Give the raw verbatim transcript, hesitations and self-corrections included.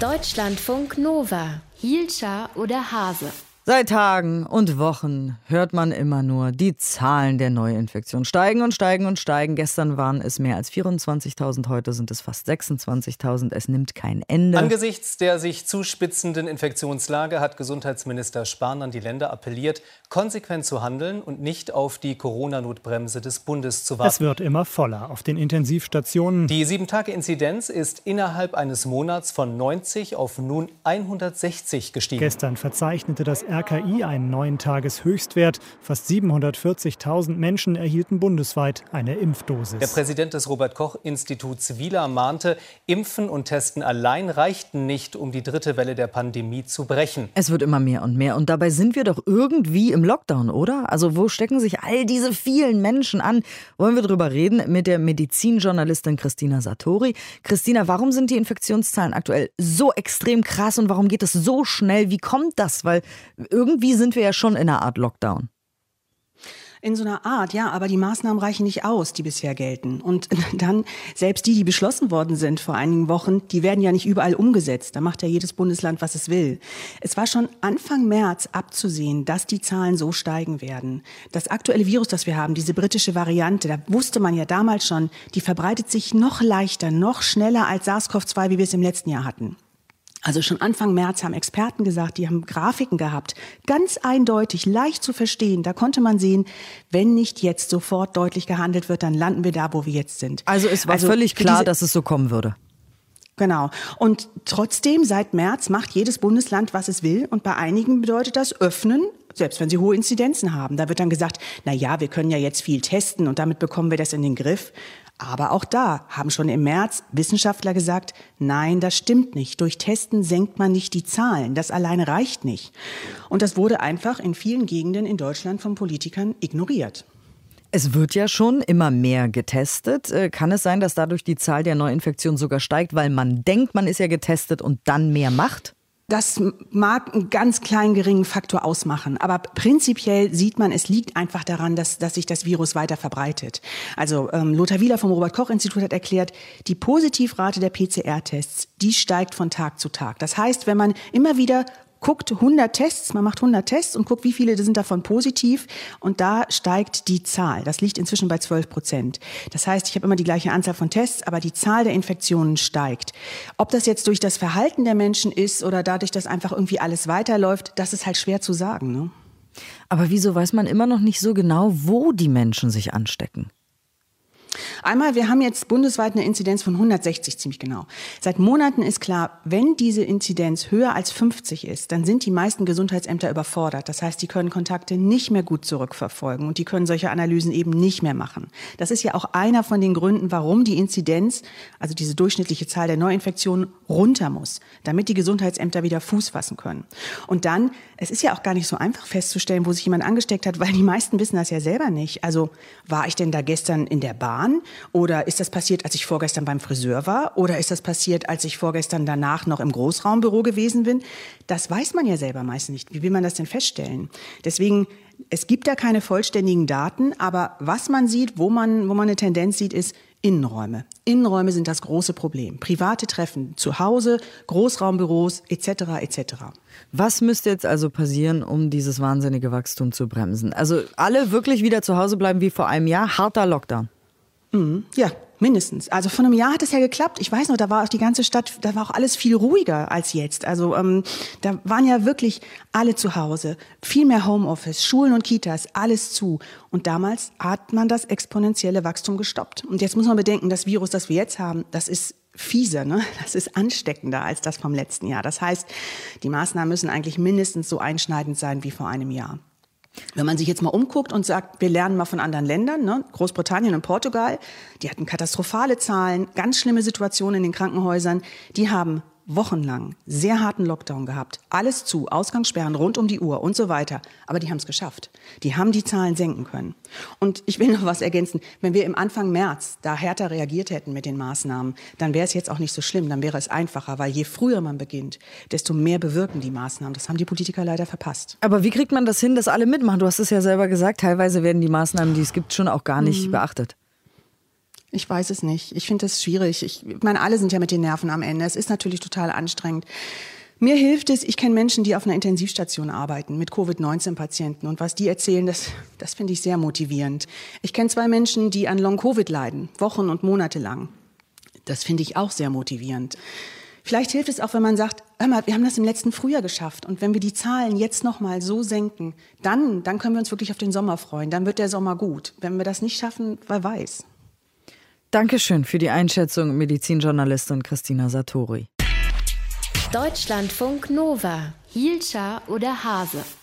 Deutschlandfunk Nova. Hielscher oder Hase? Seit Tagen und Wochen hört man immer nur, die Zahlen der Neuinfektionen steigen und steigen und steigen. Gestern waren es mehr als vierundzwanzigtausend, heute sind es fast sechsundzwanzigtausend. Es nimmt kein Ende. Angesichts der sich zuspitzenden Infektionslage hat Gesundheitsminister Spahn an die Länder appelliert, konsequent zu handeln und nicht auf die Corona-Notbremse des Bundes zu warten. Es wird immer voller auf den Intensivstationen. Die sieben Tage Inzidenz ist innerhalb eines Monats von neunzig auf nun hundertsechzig gestiegen. Gestern verzeichnete das R K I einen neuen Tageshöchstwert. Fast siebenhundertvierzigtausend Menschen erhielten bundesweit eine Impfdosis. Der Präsident des Robert-Koch-Instituts Wieler mahnte, Impfen und Testen allein reichten nicht, um die dritte Welle der Pandemie zu brechen. Es wird immer mehr und mehr. Und dabei sind wir doch irgendwie im Lockdown, oder? Also wo stecken sich all diese vielen Menschen an? Wollen wir drüber reden mit der Medizinjournalistin Christina Satori. Christina, warum sind die Infektionszahlen aktuell so extrem krass und warum geht es so schnell? Wie kommt das? Weil irgendwie sind wir ja schon in einer Art Lockdown. In so einer Art, ja, aber die Maßnahmen reichen nicht aus, die bisher gelten. Und dann, selbst die, die beschlossen worden sind vor einigen Wochen, die werden ja nicht überall umgesetzt. Da macht ja jedes Bundesland, was es will. Es war schon Anfang März abzusehen, dass die Zahlen so steigen werden. Das aktuelle Virus, das wir haben, diese britische Variante, da wusste man ja damals schon, die verbreitet sich noch leichter, noch schneller als SARS-CoV zwei, wie wir es im letzten Jahr hatten. Also schon Anfang März haben Experten gesagt, die haben Grafiken gehabt, ganz eindeutig, leicht zu verstehen. Da konnte man sehen, wenn nicht jetzt sofort deutlich gehandelt wird, dann landen wir da, wo wir jetzt sind. Also es war also völlig klar, diese, dass es so kommen würde. Genau. Und trotzdem, seit März macht jedes Bundesland, was es will. Und bei einigen bedeutet das Öffnen, selbst wenn sie hohe Inzidenzen haben. Da wird dann gesagt, na ja, wir können ja jetzt viel testen und damit bekommen wir das in den Griff. Aber auch da haben schon im März Wissenschaftler gesagt, nein, das stimmt nicht. Durch Testen senkt man nicht die Zahlen. Das alleine reicht nicht. Und das wurde einfach in vielen Gegenden in Deutschland von Politikern ignoriert. Es wird ja schon immer mehr getestet. Kann es sein, dass dadurch die Zahl der Neuinfektionen sogar steigt, weil man denkt, man ist ja getestet und dann mehr macht? Das mag einen ganz kleinen, geringen Faktor ausmachen. Aber prinzipiell sieht man, es liegt einfach daran, dass, dass sich das Virus weiter verbreitet. Also ähm, Lothar Wieler vom Robert-Koch-Institut hat erklärt, die Positivrate der P C R-Tests, die steigt von Tag zu Tag. Das heißt, wenn man immer wieder guckt hundert Tests, man macht hundert Tests und guckt, wie viele sind davon positiv und da steigt die Zahl. Das liegt inzwischen bei zwölf Prozent. Das heißt, ich habe immer die gleiche Anzahl von Tests, aber die Zahl der Infektionen steigt. Ob das jetzt durch das Verhalten der Menschen ist oder dadurch, dass einfach irgendwie alles weiterläuft, das ist halt schwer zu sagen, ne? Aber wieso weiß man immer noch nicht so genau, wo die Menschen sich anstecken? Einmal, wir haben jetzt bundesweit eine Inzidenz von hundertsechzig, ziemlich genau. Seit Monaten ist klar, wenn diese Inzidenz höher als fünfzig ist, dann sind die meisten Gesundheitsämter überfordert. Das heißt, die können Kontakte nicht mehr gut zurückverfolgen und die können solche Analysen eben nicht mehr machen. Das ist ja auch einer von den Gründen, warum die Inzidenz, also diese durchschnittliche Zahl der Neuinfektionen, runter muss, damit die Gesundheitsämter wieder Fuß fassen können. Und dann, es ist ja auch gar nicht so einfach festzustellen, wo sich jemand angesteckt hat, weil die meisten wissen das ja selber nicht. Also, war ich denn da gestern in der Bahn? Oder ist das passiert, als ich vorgestern beim Friseur war? Oder ist das passiert, als ich vorgestern danach noch im Großraumbüro gewesen bin? Das weiß man ja selber meist nicht. Wie will man das denn feststellen? Deswegen, es gibt da keine vollständigen Daten. Aber was man sieht, wo man, wo man eine Tendenz sieht, ist Innenräume. Innenräume sind das große Problem. Private Treffen zu Hause, Großraumbüros et cetera et cetera. Was müsste jetzt also passieren, um dieses wahnsinnige Wachstum zu bremsen? Also alle wirklich wieder zu Hause bleiben wie vor einem Jahr? Harter Lockdown. Mhm. Ja, mindestens. Also vor einem Jahr hat es ja geklappt. Ich weiß noch, da war auch die ganze Stadt, da war auch alles viel ruhiger als jetzt. Also ähm, da waren ja wirklich alle zu Hause, viel mehr Homeoffice, Schulen und Kitas, alles zu. Und damals hat man das exponentielle Wachstum gestoppt. Und jetzt muss man bedenken, das Virus, das wir jetzt haben, das ist fieser, ne? Das ist ansteckender als das vom letzten Jahr. Das heißt, die Maßnahmen müssen eigentlich mindestens so einschneidend sein wie vor einem Jahr. Wenn man sich jetzt mal umguckt und sagt, wir lernen mal von anderen Ländern, ne? Großbritannien und Portugal, die hatten katastrophale Zahlen, ganz schlimme Situationen in den Krankenhäusern, die haben wochenlang sehr harten Lockdown gehabt. Alles zu, Ausgangssperren rund um die Uhr und so weiter. Aber die haben es geschafft. Die haben die Zahlen senken können. Und ich will noch was ergänzen. Wenn wir im Anfang März da härter reagiert hätten mit den Maßnahmen, dann wäre es jetzt auch nicht so schlimm. Dann wäre es einfacher, weil je früher man beginnt, desto mehr bewirken die Maßnahmen. Das haben die Politiker leider verpasst. Aber wie kriegt man das hin, dass alle mitmachen? Du hast es ja selber gesagt, teilweise werden die Maßnahmen, die es gibt, schon auch gar nicht mhm. beachtet. Ich weiß es nicht. Ich finde das schwierig. Ich meine, alle sind ja mit den Nerven am Ende. Es ist natürlich total anstrengend. Mir hilft es, ich kenne Menschen, die auf einer Intensivstation arbeiten mit Covid neunzehn Patienten. Und was die erzählen, das, das finde ich sehr motivierend. Ich kenne zwei Menschen, die an Long-Covid leiden, Wochen und Monate lang. Das finde ich auch sehr motivierend. Vielleicht hilft es auch, wenn man sagt, hör mal, wir haben das im letzten Frühjahr geschafft. Und wenn wir die Zahlen jetzt noch mal so senken, dann, dann können wir uns wirklich auf den Sommer freuen. Dann wird der Sommer gut. Wenn wir das nicht schaffen, wer weiß. Dankeschön für die Einschätzung, Medizinjournalistin Christina Satori. Deutschlandfunk Nova, Hielscher oder Hase.